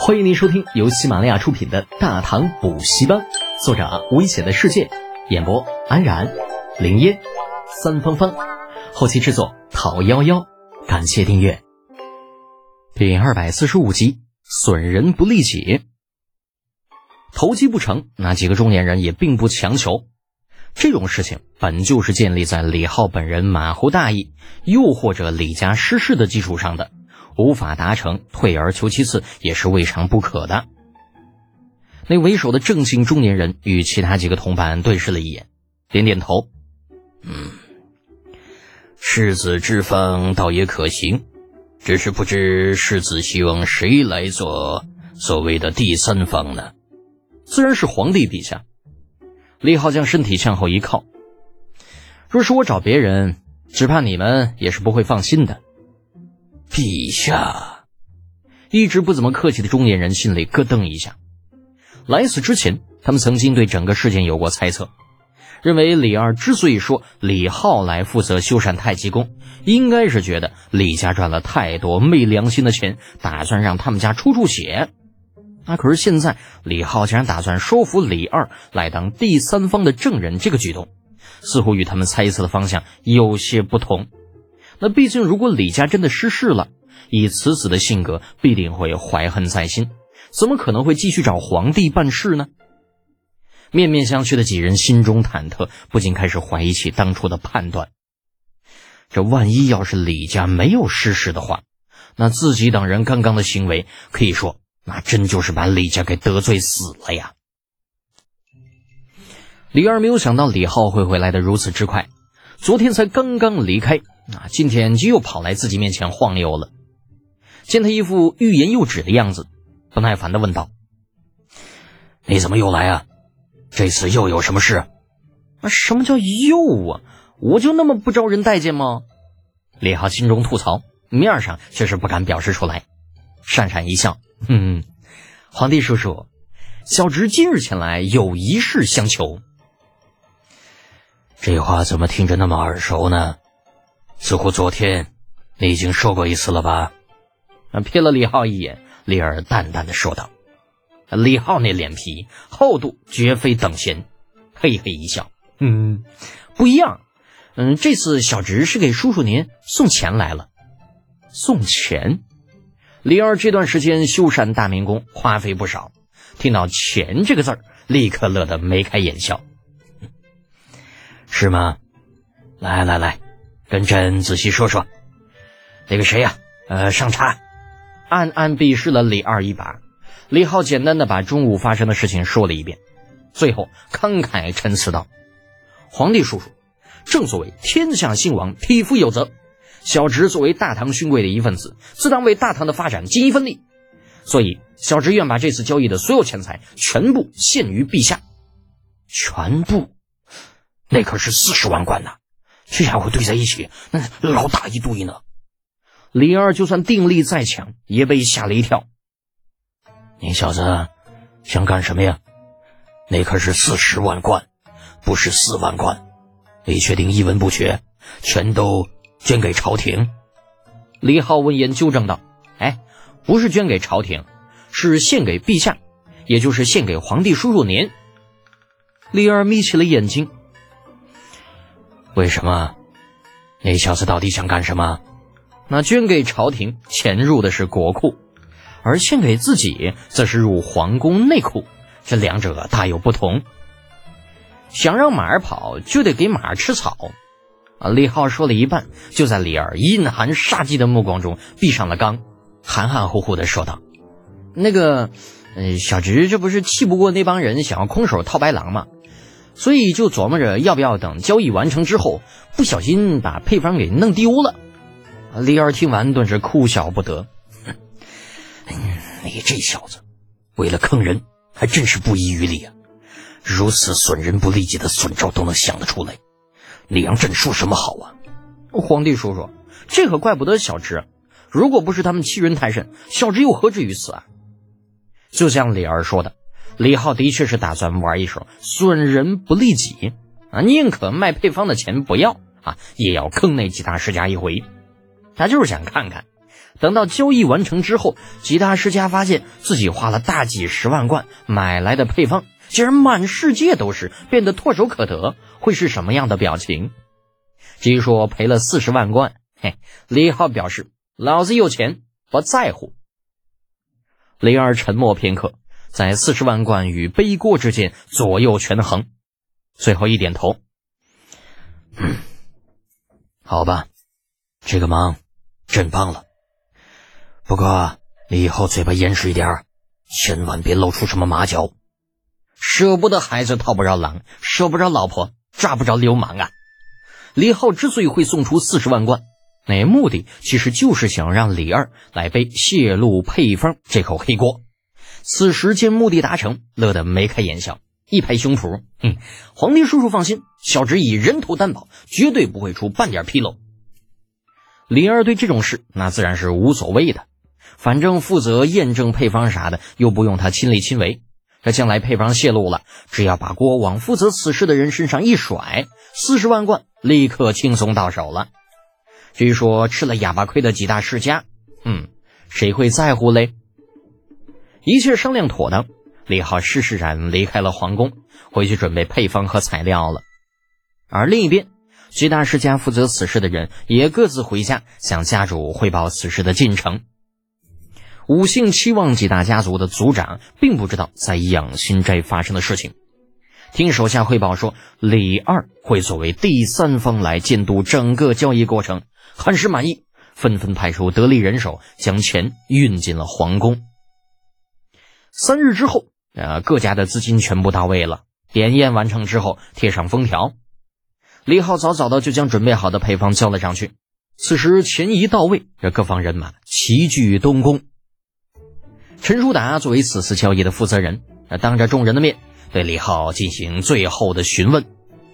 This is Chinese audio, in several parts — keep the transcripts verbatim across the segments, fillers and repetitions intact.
欢迎您收听由喜马拉雅出品的《大唐补习班》，作者危险的世界，演播安然、林烟、三芳芳，后期制作陶幺幺。感谢订阅。第二百四十五集，损人不利己。投机不成，那几个中年人也并不强求。这种事情本就是建立在李浩本人马虎大意，又或者李家失势的基础上的，无法达成，退而求其次也是未尝不可的。那为首的正经中年人与其他几个同伴对视了一眼，点点头。 嗯，世子之方倒也可行，只是不知世子希望谁来做所谓的第三方呢？ 自然是皇帝陛下。李浩将身体向后一靠，若是我找别人，只怕你们也是不会放心的。 陛下， 一直不怎么客气的中年人心里咯噔一下。来此之前，他们曾经对整个事件有过猜测，认为李二之所以说李浩来负责修缮太极宫，应该是觉得李家赚了太多昧良心的钱，打算让他们家出出血。那可是现在李浩竟然打算收服李二来当第三方的证人，这个举动似乎与他们猜测的方向有些不同。那毕竟如果李家真的失势了，以此子的性格必定会怀恨在心，怎么可能会继续找皇帝办事呢？面面相觑的几人心中忐忑，不禁开始怀疑起当初的判断。这万一要是李家没有失势的话，那自己等人刚刚的行为可以说那真就是把李家给得罪死了呀。李二没有想到李浩会回来的如此之快，昨天才刚刚离开，啊，今天就又跑来自己面前晃悠了。见他一副欲言又止的样子，不耐烦地问道： 你怎么又来啊？这次又有什么事？ 啊，什么叫又啊？我就那么不招人待见吗？李浩心中吐槽，面上却是不敢表示出来，讪讪一笑，嗯，皇帝叔叔，小侄今日前来有一事相求。 这话怎么听着那么耳熟呢？似乎昨天你已经说过一次了吧？ 瞥了李浩一眼，李二淡淡的说道。李浩那脸皮厚度绝非等闲，嘿嘿一笑，嗯，不一样，嗯，这次小侄是给叔叔您送钱来了。送钱？李二这段时间修缮大明宫花费不少，听到钱这个字儿，立刻乐得眉开眼笑。 是吗？来来来，跟朕仔细说说。那个谁呀、啊，呃，上茶。 暗暗鄙视了李二一把，李浩简单的把中午发生的事情说了一遍，最后慷慨陈词道：皇帝叔叔，正所谓天下兴亡，匹夫有责。小侄作为大唐勋贵的一份子，自当为大唐的发展尽一份力，所以小侄愿把这次交易的所有钱财全部献于陛下。 全部？那可是四十万贯呐，这家伙堆在一起，那老大一堆呢。 李二就算定力再强，也被吓了一跳。 你小子想干什么呀？那可是四十万贯，不是四万贯。你确定一文不缺，全都捐给朝廷？ 李浩闻言纠正道：哎，不是捐给朝廷，是献给陛下，也就是献给皇帝叔叔您。李二眯起了眼睛。 为什么？那小子到底想干什么？ 那捐给朝廷，钱入的是国库，而献给自己则是入皇宫内库，这两者大有不同。想让马儿跑，就得给马儿吃草。啊！李浩说了一半，就在李二阴寒杀机的目光中闭上了缸，含含糊糊地说道：那个呃，小侄这不是气不过那帮人想要空手套白狼吗？所以就琢磨着要不要等交易完成之后，不小心把配方给弄丢了。李二听完顿时哭笑不得， 你这小子为了坑人还真是不遗余力啊，如此损人不利己的损招都能想得出来，你让朕说什么好啊？ 皇帝叔叔，这可怪不得小侄，如果不是他们欺人太甚，小侄又何至于此啊？就像李二说的，李浩的确是打算玩一手损人不利己啊，宁可卖配方的钱不要啊，也要坑那几大世家一回。他就是想看看等到交易完成之后，几大世家发现自己花了大几十万贯买来的配方竟然满世界都是，变得唾手可得，会是什么样的表情？至于说赔了四十万贯，嘿，李浩表示老子有钱，不在乎。李二沉默片刻，在四十万贯与背锅之间左右权衡，最后一点头， 嗯，好吧，这个忙真帮了。不过你以后嘴巴严实一点，千万别露出什么马脚。 舍不得孩子套不着狼，舍不着老婆抓不着流氓啊！李浩之所以会送出四十万贯，那目的其实就是想让李二来背泄露配方这口黑锅。此时见目的达成，乐得眉开眼笑，一拍胸脯，哼，皇帝叔叔放心，小侄以人头担保，绝对不会出半点纰漏。李二对这种事那自然是无所谓的，反正负责验证配方啥的又不用他亲力亲为，这将来配方泄露了，只要把锅往负责此事的人身上一甩，四十万贯立刻轻松到手了。至于说吃了哑巴亏的几大世家，嗯，谁会在乎嘞？一切商量妥当，李浩施施然离开了皇宫，回去准备配方和材料了。而另一边，几大世家负责此事的人也各自回家，向家主汇报此事的进程。五姓七望几大家族的族长并不知道在养心斋发生的事情，听手下汇报说李二会作为第三方来监督整个交易过程，很是满意，纷纷派出得力人手将钱运进了皇宫。三日之后，呃，各家的资金全部到位了，点验完成之后贴上封条，李浩早早的就将准备好的配方交了上去。此时钱一到位，这各方人马齐聚东宫。陈叔达作为此次交易的负责人，当着众人的面对李浩进行最后的询问。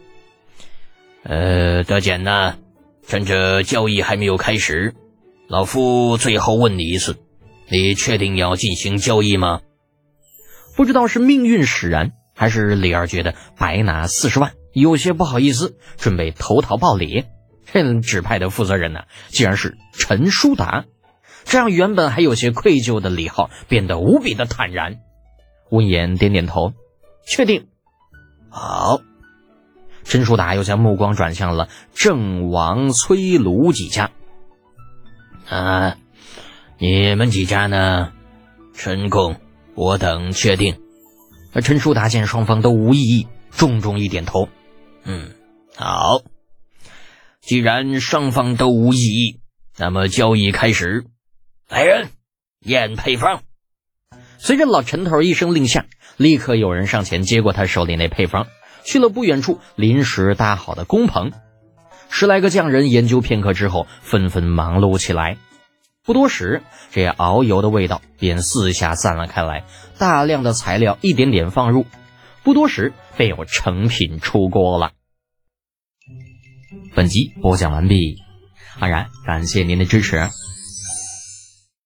呃，德简呢，趁着交易还没有开始，老夫最后问你一次，你确定要进行交易吗？ 不知道是命运使然，还是李二觉得白拿四十万有些不好意思，准备投桃报李。这指派的负责人呢，竟然是陈叔达，这让原本还有些愧疚的李浩变得无比的坦然。闻言点点头，确定。 好。 陈叔达又将目光转向了郑王崔卢几家。 啊，你们几家呢？陈公我等确定。 而陈叔达见双方都无异议，重重一点头。 嗯，好。既然双方都无异议，那么交易开始。来人，验配方。 随着老陈头一声令下，立刻有人上前接过他手里那配方，去了不远处临时搭好的工棚。十来个匠人研究片刻之后，纷纷忙碌起来。不多时，这熬油的味道便四下散了开来，大量的材料一点点放入，不多时便有成品出锅了。本集播讲完毕，安然感谢您的支持。